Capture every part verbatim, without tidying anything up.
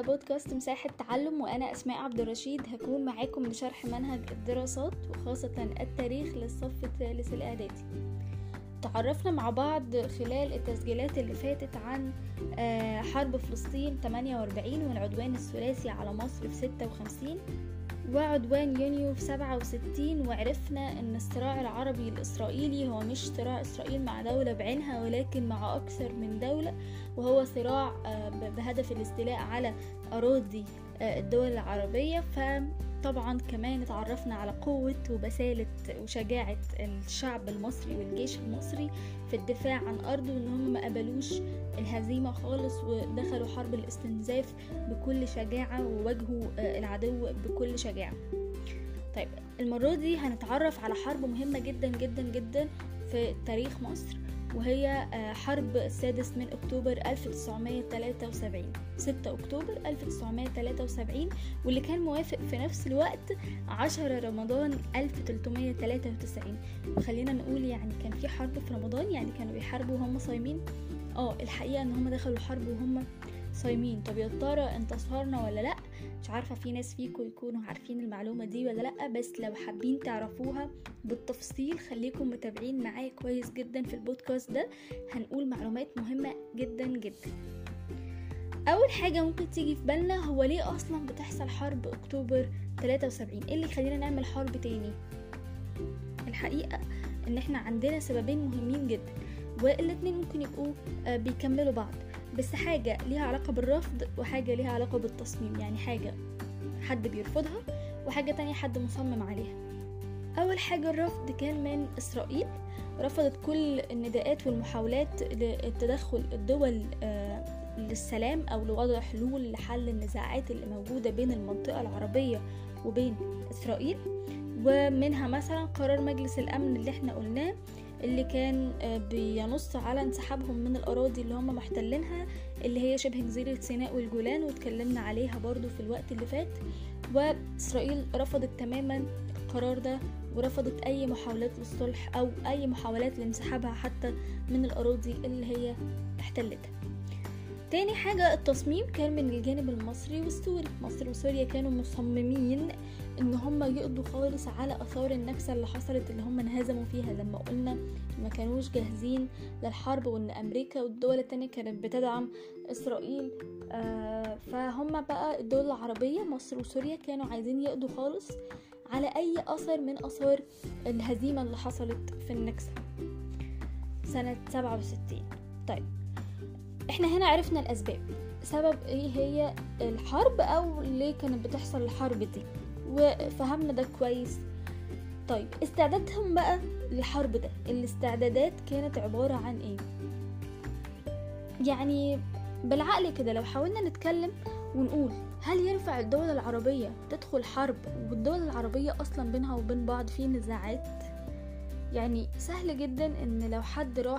بودكاست مساحة تعلم، وأنا أسماء عبد الرشيد هكون معاكم لشرح منهج الدراسات وخاصة التاريخ للصف الثالث الإعدادي. تعرفنا مع بعض خلال التسجيلات اللي فاتت عن حرب فلسطين ثمانية وأربعين والعدوان الثلاثي على مصر في ستة وخمسين وعدوان يونيو في سبعة وستين، وعرفنا أن الصراع العربي الإسرائيلي هو مش صراع إسرائيل مع دولة بعينها ولكن مع أكثر من دولة، وهو صراع بهدف الاستيلاء على أراضي الدول العربية. فطبعا كمان اتعرفنا على قوة وبسالة وشجاعة الشعب المصري والجيش المصري في الدفاع عن أرضه، وأنهم ما قبلوش الهزيمة خالص ودخلوا حرب الاستنزاف بكل شجاعة وواجهوا العدو بكل شجاعة. طيب المرة دي هنتعرف على حرب مهمة جدا جدا جدا في تاريخ مصر، وهي حرب السادس من أكتوبر ألف وتسعمائة وثلاثة وسبعين، ستة أكتوبر ألف وتسعمائة وثلاثة وسبعين، واللي كان موافق في نفس الوقت عشرة رمضان ألف وثلاثمائة وثلاثة وتسعين. وخلينا نقول يعني كان في حرب في رمضان، يعني كانوا بيحاربوا وهم صايمين. اه الحقيقة ان هم دخلوا الحرب وهم صايمين. طب يا ترى انتصرنا ولا لا؟ مش عارفة في ناس فيكم يكونوا عارفين المعلومة دي ولا لا، بس لو حابين تعرفوها بالتفصيل خليكم متابعين معايا كويس جدا في البودكاست ده، هنقول معلومات مهمة جدا جدا. اول حاجة ممكن تيجي في بالنا هو ليه اصلا بتحصل حرب اكتوبر ثلاثة وسبعين؟ ايه اللي خلينا نعمل حرب تاني؟ الحقيقة ان احنا عندنا سببين مهمين جدا، والاتنين ممكن يبقوا بيكملوا بعض، بس حاجة ليها علاقة بالرفض وحاجة ليها علاقة بالتصميم. يعني حاجة حد بيرفضها وحاجة تانية حد مصمم عليها. أول حاجة الرفض كان من إسرائيل، رفضت كل النداءات والمحاولات لتدخل الدول للسلام أو لوضع حلول لحل النزاعات اللي موجودة بين المنطقة العربية وبين إسرائيل، ومنها مثلا قرار مجلس الأمن اللي احنا قلناه اللي كان بينص على انسحابهم من الأراضي اللي هم محتلينها، اللي هي شبه جزيرة سيناء والجولان، واتكلمنا عليها برضو في الوقت اللي فات. وإسرائيل رفضت تماما القرار ده ورفضت أي محاولات للصلح أو أي محاولات لانسحابها حتى من الأراضي اللي هي احتلتها. تاني حاجة التصميم كان من الجانب المصري والسوري. مصر وسوريا كانوا مصممين ان هم يقضوا خالص على اثار النكسة اللي حصلت اللي هم انهزموا فيها، لما قلنا ما كانوش جاهزين للحرب وان امريكا والدول التانية كانت بتدعم اسرائيل. آه فهم بقى الدول العربية مصر وسوريا كانوا عايزين يقضوا خالص على اي اثر من اثار الهزيمة اللي حصلت في النكسة سنة سبعة وستين. طيب احنا هنا عرفنا الاسباب، سبب ايه هي الحرب او ليه كانت بتحصل الحرب دي، وفهمنا ده كويس. طيب استعدادهم بقى للحرب ده، الاستعدادات كانت عبارة عن ايه؟ يعني بالعقل كده لو حاولنا نتكلم ونقول هل ينفع الدول العربية تدخل حرب والدول العربية اصلا بينها وبين بعض في نزاعات؟ يعني سهل جدا ان لو حد راح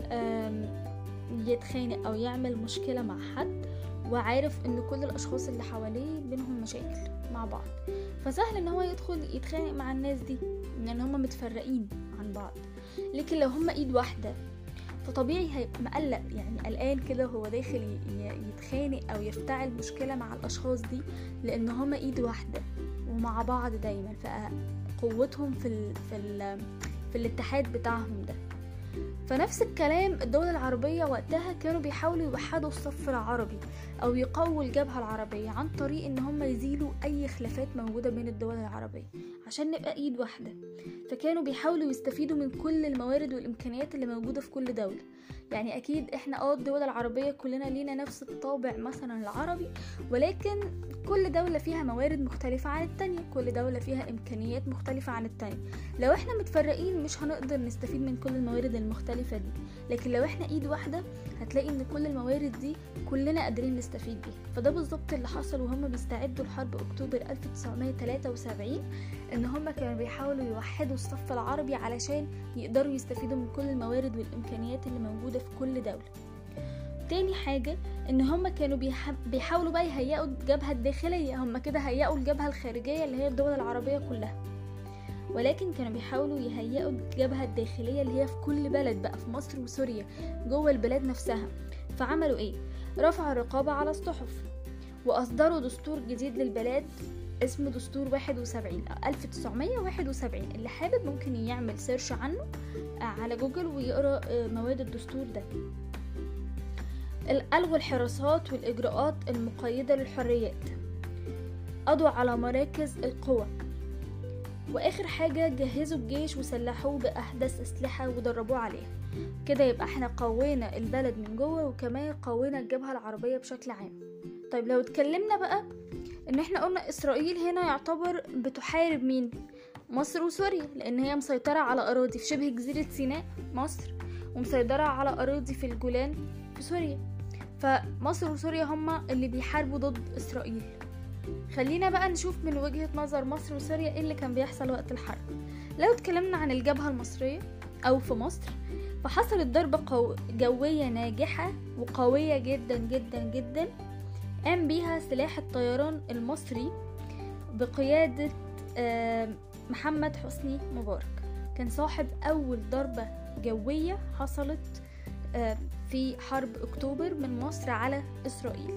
يتخانق او يعمل مشكلة مع حد وعارف ان كل الاشخاص اللي حواليه بينهم مشاكل مع بعض، فسهل ان هو يدخل يتخانق مع الناس دي لان هم متفرقين عن بعض. لكن لو هم ايد واحدة فطبيعي هيبقى مقلق، يعني قلقان كده هو داخل يتخانق او يفتعل مشكلة مع الاشخاص دي، لان هم ايد واحدة ومع بعض دايما، فقوتهم في ال في ال في الاتحاد بتاعهم ده. فنفس الكلام الدول العربية وقتها كانوا بيحاولوا يوحدوا الصف العربي أو يقووا الجبهة العربية عن طريق إن هم يزيلوا أي خلافات موجودة بين الدول العربية عشان نبقى إيد واحدة. فكانوا بيحاولوا يستفيدوا من كل الموارد والإمكانيات اللي موجودة في كل دولة. يعني أكيد إحنا آه الدول العربية كلنا لينا نفس الطابع مثلا العربي، ولكن كل دولة فيها موارد مختلفة عن التانية، كل دولة فيها إمكانيات مختلفة عن التانية. لو إحنا متفرقين مش هنقدر نستفيد من كل الموارد المختلفة دي، لكن لو إحنا إيد واحدة هتلاقي إن كل الموارد دي كلنا قادرين نستفيد بيها. فده بالظبط اللي حصل وهم بيستعدوا لحرب أكتوبر ألف وتسعمائة وثلاثة وسبعين، إن هم كانوا بيحاولوا يوحدوا الصف العربي علشان يقدروا يستفيدوا من كل الموارد والإمكانيات اللي موجودة في كل دولة. تاني حاجة ان هم كانوا بيحاولوا بقى يهيئوا الجبهة الداخلية، هم كده هيئوا الجبهة الخارجية اللي هي الدول العربية كلها، ولكن كانوا بيحاولوا يهيئوا الجبهة الداخلية اللي هي في كل بلد بقى، في مصر وسوريا جوه البلاد نفسها. فعملوا ايه؟ رفعوا الرقابة على الصحف، وأصدروا دستور جديد للبلاد اسمه دستور واحد وسبعين ألف وتسعمية واحد وسبعين. اللي حابب ممكن يعمل سيرش عنه على جوجل ويقرأ مواد الدستور ده. ألغوا الحراسات والإجراءات المقيدة للحريات، قضوا على مراكز القوى، وآخر حاجة جهزوا الجيش وسلحوه بأحدث أسلحة ودربوه عليها. كده يبقى احنا قوينا البلد من جوه وكمان قوينا الجبهة العربية بشكل عام. طيب لو اتكلمنا بقى ان احنا قلنا اسرائيل هنا يعتبر بتحارب مين؟ مصر وسوريا، لان هي مسيطرة على اراضي في شبه جزيرة سيناء مصر، ومسيطرة على اراضي في الجولان في سوريا. فمصر وسوريا هما اللي بيحاربوا ضد اسرائيل. خلينا بقى نشوف من وجهة نظر مصر وسوريا ايه اللي كان بيحصل وقت الحرب. لو اتكلمنا عن الجبهة المصرية او في مصر، فحصلت ضربة قو... جوية ناجحة وقوية جدا جدا جدا قام بيها سلاح الطيران المصري بقيادة محمد حسني مبارك. كان صاحب أول ضربة جوية حصلت في حرب أكتوبر من مصر على إسرائيل.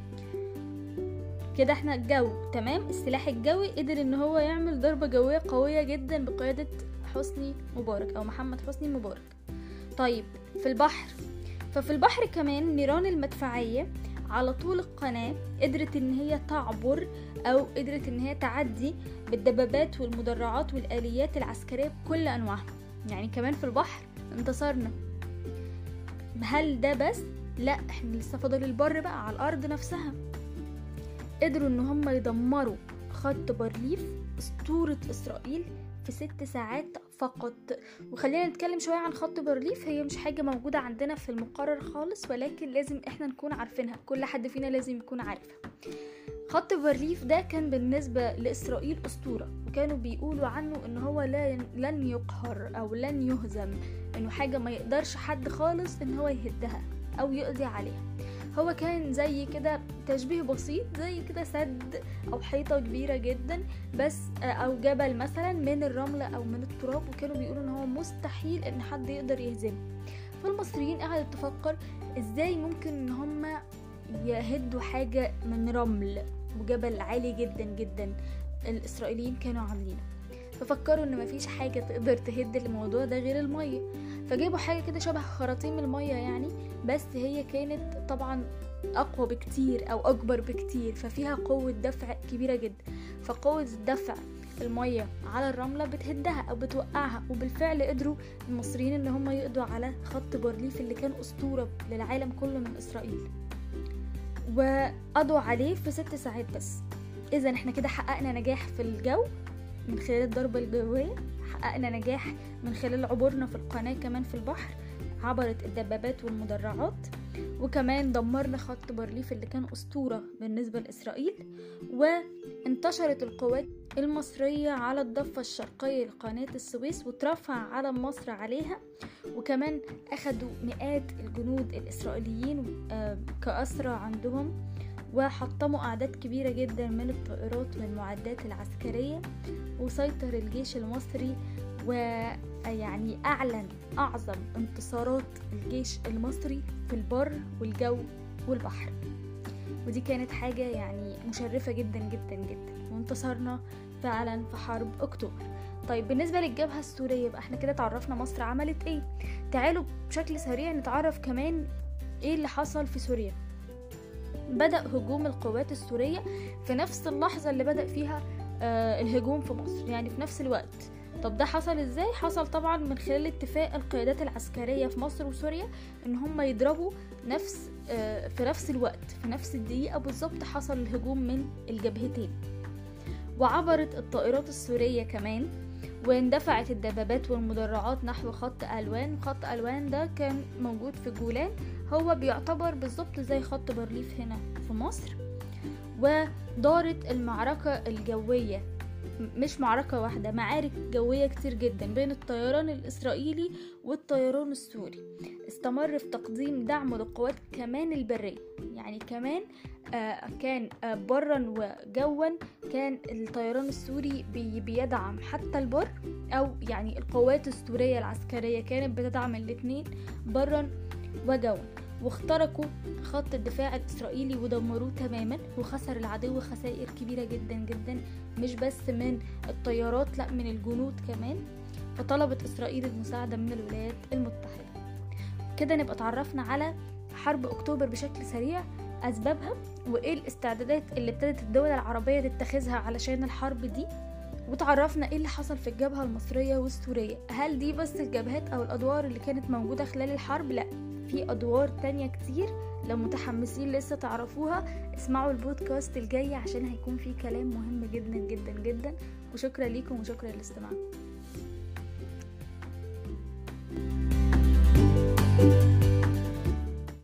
كده احنا الجو تمام. السلاح الجوي قدر ان هو يعمل ضربة جوية قوية جدا بقيادة حسني مبارك أو محمد حسني مبارك. طيب في البحر، ففي البحر كمان نيران المدفعية على طول القناة قدرت ان هي تعبر او قدرت ان هي تعدي بالدبابات والمدرعات والآليات العسكرية بكل انواعها. يعني كمان في البحر انتصرنا. هل ده بس؟ لا، احنا لسه فاضل البر بقى على الارض نفسها. قدروا ان هم يدمروا خط بارليف اسطورة اسرائيل في ست ساعات فقط. وخلينا نتكلم شوية عن خط بارليف. هي مش حاجة موجودة عندنا في المقرر خالص، ولكن لازم احنا نكون عارفينها، كل حد فينا لازم يكون عارفها. خط بارليف ده كان بالنسبة لإسرائيل أسطورة، وكانوا بيقولوا عنه ان هو لن يقهر او لن يهزم، انه حاجة ما يقدرش حد خالص ان هو يهدها او يقضي عليها. هو كان زي كده تشبيه بسيط، زي كده سد او حيطة كبيرة جدا بس او جبل مثلا من الرملة او من التراب، وكانوا بيقولوا ان هو مستحيل ان حد يقدر يهزمه. فالمصريين قعدت تفكر ازاي ممكن ان هم يهدوا حاجة من رمل وجبل عالي جدا جدا الاسرائيليين كانوا عاملينه. ففكروا ان مفيش حاجة تقدر تهد الموضوع ده غير المية، فجابوا حاجة كده شبه خراطيم المية يعني، بس هي كانت طبعا اقوى بكتير او اكبر بكتير، ففيها قوة دفع كبيرة جدا. فقوة دفع المية على الرملة بتهدها او بتوقعها، وبالفعل قدروا المصريين ان هم يقضوا على خط بارليف اللي كان اسطورة للعالم كله من اسرائيل، وقضوا عليه في ست ساعات بس. اذا احنا كده حققنا نجاح في الجو من خلال الضربة الجوية، حققنا نجاح من خلال عبورنا في القناة، كمان في البحر عبرت الدبابات والمدرعات، وكمان دمرنا خط بارليف اللي كان أسطورة بالنسبة لإسرائيل. وانتشرت القوات المصرية على الضفة الشرقية لقناة السويس وترفع علم مصر عليها، وكمان أخدوا مئات الجنود الإسرائيليين كأسرى عندهم، وحطموا أعداد كبيرة جدا من الطائرات والمعدات العسكرية، وسيطر الجيش المصري ويعني أعلن أعظم انتصارات الجيش المصري في البر والجو والبحر. ودي كانت حاجة يعني مشرفة جدا جدا جدا، وانتصرنا فعلا في حرب أكتوبر. طيب بالنسبة للجبهة السورية بقى، احنا كده تعرفنا مصر عملت ايه. تعالوا بشكل سريع نتعرف كمان ايه اللي حصل في سوريا. بدأ هجوم القوات السورية في نفس اللحظة اللي بدأ فيها آه الهجوم في مصر، يعني في نفس الوقت. طب ده حصل ازاي؟ حصل طبعا من خلال اتفاق القيادات العسكرية في مصر وسوريا ان هم يضربوا نفس آه في نفس الوقت، في نفس الدقيقة بالظبط حصل الهجوم من الجبهتين. وعبرت الطائرات السورية كمان، واندفعت الدبابات والمدرعات نحو خط ألوان. خط ألوان ده كان موجود في الجولان، هو بيعتبر بالظبط زي خط بارليف هنا في مصر. ودارت المعركة الجوية، مش معركة واحدة، معارك جوية كتير جدا بين الطيران الإسرائيلي والطيران السوري. استمر في تقديم دعم للقوات كمان البرية، يعني كمان آه كان آه برا وجوا كان الطيران السوري بي بيدعم حتى البر، أو يعني القوات السورية العسكرية كانت بتدعم الاتنين برا وجوا. واخترقوا خط الدفاع الإسرائيلي ودمروه تماما، وخسر العدو خسائر كبيرة جدا جدا، مش بس من الطيارات لا من الجنود كمان. فطلبت إسرائيل المساعدة من الولايات المتحدة. كده نبقى تعرفنا على حرب أكتوبر بشكل سريع، أسبابها وإيه الاستعدادات اللي ابتدت الدول العربية تتخذها علشان الحرب دي، وتعرفنا إيه اللي حصل في الجبهة المصرية والسورية. هل دي بس الجبهات أو الأدوار اللي كانت موجودة خلال الحرب؟ لأ، في أدوار تانية كتير. لو متحمسين لسه تعرفوها اسمعوا البودكاست الجاي عشان هيكون فيه كلام مهم جدا جدا جدا. وشكرا ليكم وشكرا للاستماع.